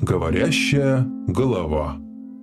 Говорящая голова.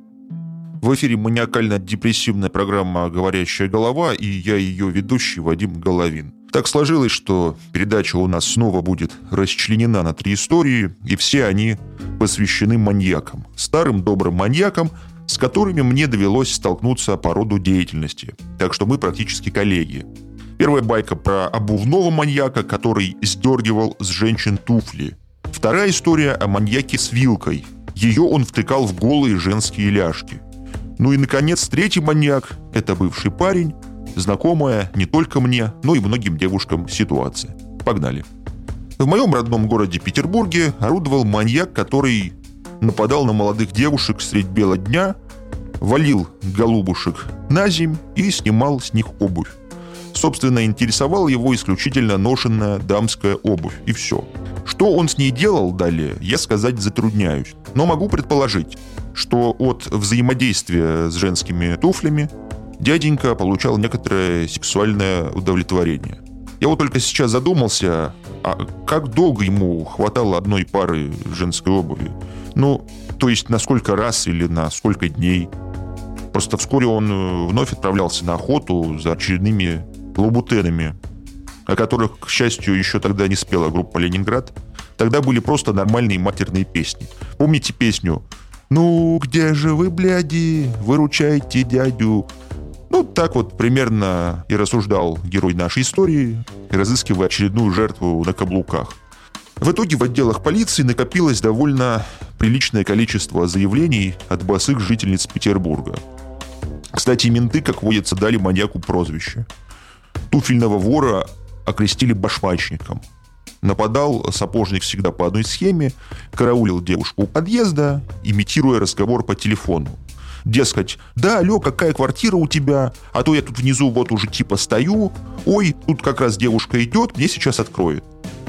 В эфире маниакально-депрессивная программа «Говорящая голова», и я ее ведущий Вадим Головин. Так сложилось, что передача у нас снова будет расчленена на 3 истории, и все они посвящены маньякам. Старым добрым маньякам, с которыми мне довелось столкнуться по роду деятельности. Так что мы практически коллеги. Первая байка про обувного маньяка, который сдергивал с женщин туфли. Вторая история о маньяке с вилкой. Ее он втыкал в голые женские ляжки. Ну и, наконец, третий маньяк – это бывший парень, знакомая не только мне, но и многим девушкам ситуация. Погнали. В моем родном городе Петербурге орудовал маньяк, который нападал на молодых девушек средь бела дня, валил голубушек на земь и снимал с них обувь. Собственно, интересовала его исключительно ношенная дамская обувь, и все. Что он с ней делал далее, я сказать затрудняюсь. Но могу предположить, что от взаимодействия с женскими туфлями дяденька получал некоторое сексуальное удовлетворение. Я вот только сейчас задумался, а как долго ему хватало одной пары женской обуви? Ну, то есть на сколько раз или на сколько дней? Просто вскоре он вновь отправлялся на охоту за очередными лабутенами, о которых, к счастью, еще тогда не спела группа «Ленинград». Тогда были просто нормальные матерные песни. Помните песню «Ну, где же вы, бляди, выручайте дядю?» Ну, так вот примерно и рассуждал герой нашей истории, разыскивая очередную жертву на каблуках. В итоге в отделах полиции накопилось довольно приличное количество заявлений от босых жительниц Петербурга. Кстати, менты, как водится, дали маньяку прозвище. Туфельного вора окрестили башмачником. Нападал сапожник всегда по одной схеме, караулил девушку у подъезда, имитируя разговор по телефону. Дескать, да, алло, какая квартира у тебя? А то я тут внизу вот уже типа стою. Ой, тут как раз девушка идет, мне сейчас откроет.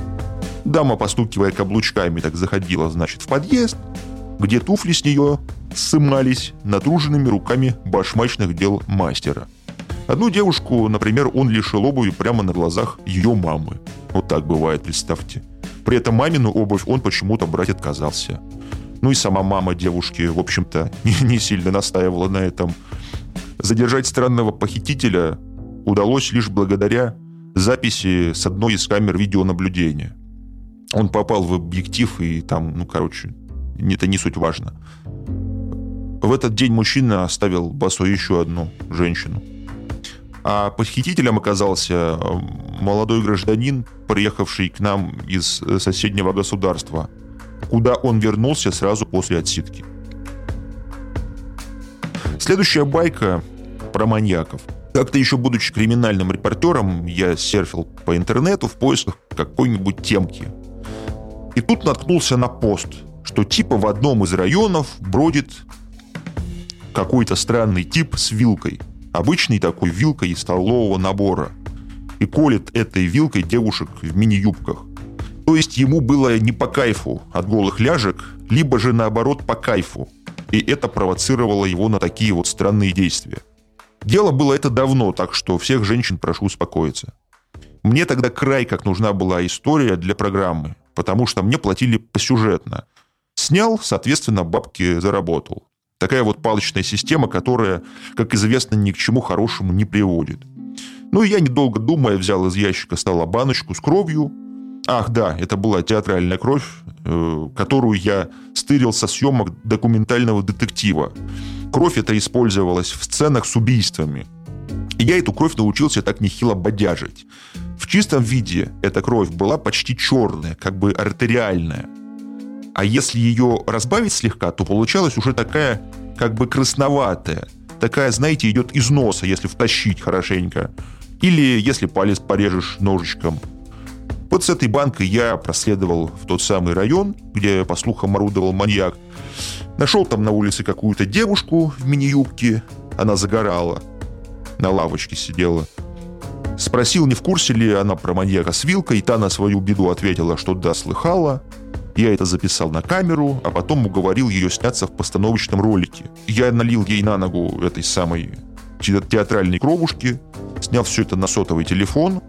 Дама, постукивая каблучками, так заходила, значит, в подъезд, где туфли с нее ссымались натруженными руками башмачных дел мастера. Одну девушку, например, он лишил обуви прямо на глазах ее мамы. Вот так бывает, представьте. При этом мамину обувь он почему-то брать отказался. Ну и сама мама девушки, в общем-то, не сильно настаивала на этом. Задержать странного похитителя удалось лишь благодаря записи с одной из камер видеонаблюдения. Он попал в объектив, и там, это не суть важно. В этот день мужчина оставил босой еще одну женщину. А похитителем оказался молодой гражданин, приехавший к нам из соседнего государства, куда он вернулся сразу после отсидки. Следующая байка про маньяков. Как-то еще будучи криминальным репортером, я серфил по интернету в поисках какой-нибудь темки. И тут наткнулся на пост, что типа в одном из районов бродит какой-то странный тип с вилкой. Обычной такой вилкой из столового набора. И колет этой вилкой девушек в мини-юбках. То есть ему было не по кайфу от голых ляжек, либо же наоборот по кайфу. И это провоцировало его на такие вот странные действия. Дело было это давно, так что всех женщин прошу успокоиться. Мне тогда край как нужна была история для программы, потому что мне платили посюжетно. Снял, соответственно, бабки заработал. Такая вот палочная система, которая, как известно, ни к чему хорошему не приводит. Ну и я, недолго думая, взял из ящика стола баночку с кровью. Ах да, это была театральная кровь, которую я стырил со съемок документального детектива. Кровь эта использовалась в сценах с убийствами. И я эту кровь научился так нехило бодяжить. В чистом виде эта кровь была почти черная, как бы артериальная. А если ее разбавить слегка, то получалась уже такая, как бы красноватая. Такая, знаете, идет из носа, если втащить хорошенько. Или если палец порежешь ножичком. Вот с этой банкой я проследовал в тот самый район, где, по слухам, орудовал маньяк. Нашел там на улице какую-то девушку в мини-юбке. Она загорала. На лавочке сидела. Спросил, не в курсе ли она про маньяка с вилкой, и та на свою беду ответила, что да, слыхала. Я это записал на камеру, а потом уговорил ее сняться в постановочном ролике. Я налил ей на ногу этой самой театральной кровушки, снял все это на сотовый телефон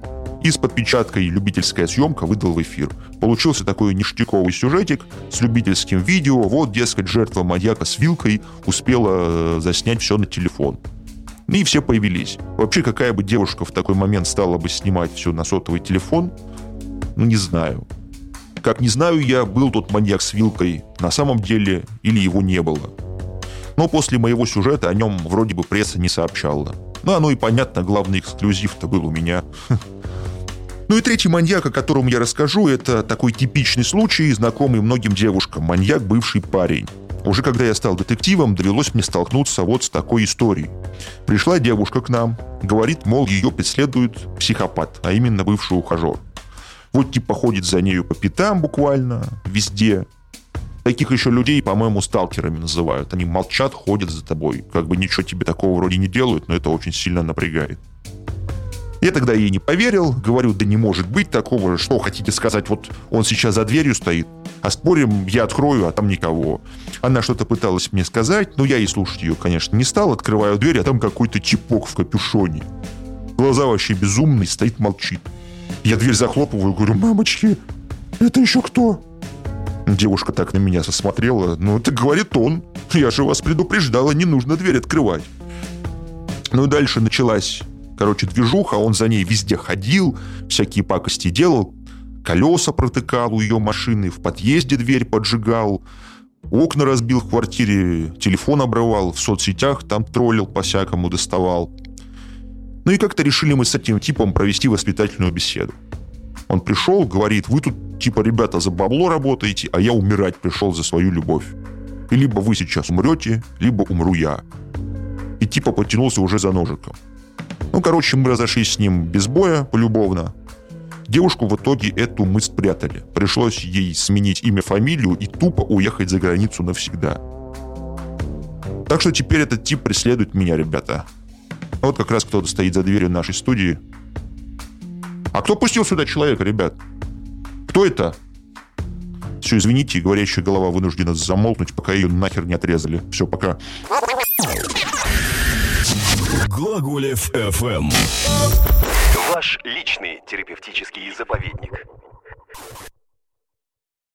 И с подпечаткой «Любительская съемка» выдал в эфир. Получился такой ништяковый сюжетик с любительским видео. Вот, дескать, жертва маньяка с вилкой успела заснять все на телефон. И все появились. Вообще, какая бы девушка в такой момент стала бы снимать все на сотовый телефон? Ну, не знаю. Как не знаю я, был тот маньяк с вилкой на самом деле или его не было. Но после моего сюжета о нем вроде бы пресса не сообщала. Ну, оно и понятно, главный эксклюзив-то был у меня. Ну и третий маньяк, о котором я расскажу, это такой типичный случай, знакомый многим девушкам. Маньяк – бывший парень. Уже когда я стал детективом, довелось мне столкнуться вот с такой историей. Пришла девушка к нам, говорит, мол, ее преследует психопат, а именно бывший ухажер. Вот типа ходит за нею по пятам буквально, везде. Таких еще людей, по-моему, сталкерами называют. Они молчат, ходят за тобой. Как бы ничего тебе такого вроде не делают, но это очень сильно напрягает. Я тогда ей не поверил, говорю, да не может быть такого, что хотите сказать, вот он сейчас за дверью стоит, а спорим, я открою, а там никого. Она что-то пыталась мне сказать, но я и слушать ее, конечно, не стал, открываю дверь, а там какой-то чипок в капюшоне. Глаза вообще безумный, стоит, молчит. Я дверь захлопываю, говорю, мамочки, это еще кто? Девушка так на меня посмотрела, ну это говорит он, я же вас предупреждала, не нужно дверь открывать. Ну и дальше началась... движуха, он за ней везде ходил, всякие пакости делал, колеса протыкал у ее машины, в подъезде дверь поджигал, окна разбил в квартире, телефон обрывал, в соцсетях там троллил, по-всякому доставал. Ну и как-то решили мы с этим типом провести воспитательную беседу. Он пришел, говорит, вы тут типа ребята за бабло работаете, а я умирать пришел за свою любовь. И либо вы сейчас умрете, либо умру я. И типа потянулся уже за ножиком. Ну, короче, мы разошлись с ним без боя, полюбовно. Девушку в итоге эту мы спрятали. Пришлось ей сменить имя, фамилию и тупо уехать за границу навсегда. Так что теперь этот тип преследует меня, ребята. А вот как раз кто-то стоит за дверью нашей студии. А кто пустил сюда человека, ребят? Кто это? Все, извините, говорящая голова вынуждена замолкнуть, пока ее нахер не отрезали. Все, пока. Глаголев FM. Ваш личный терапевтический заповедник.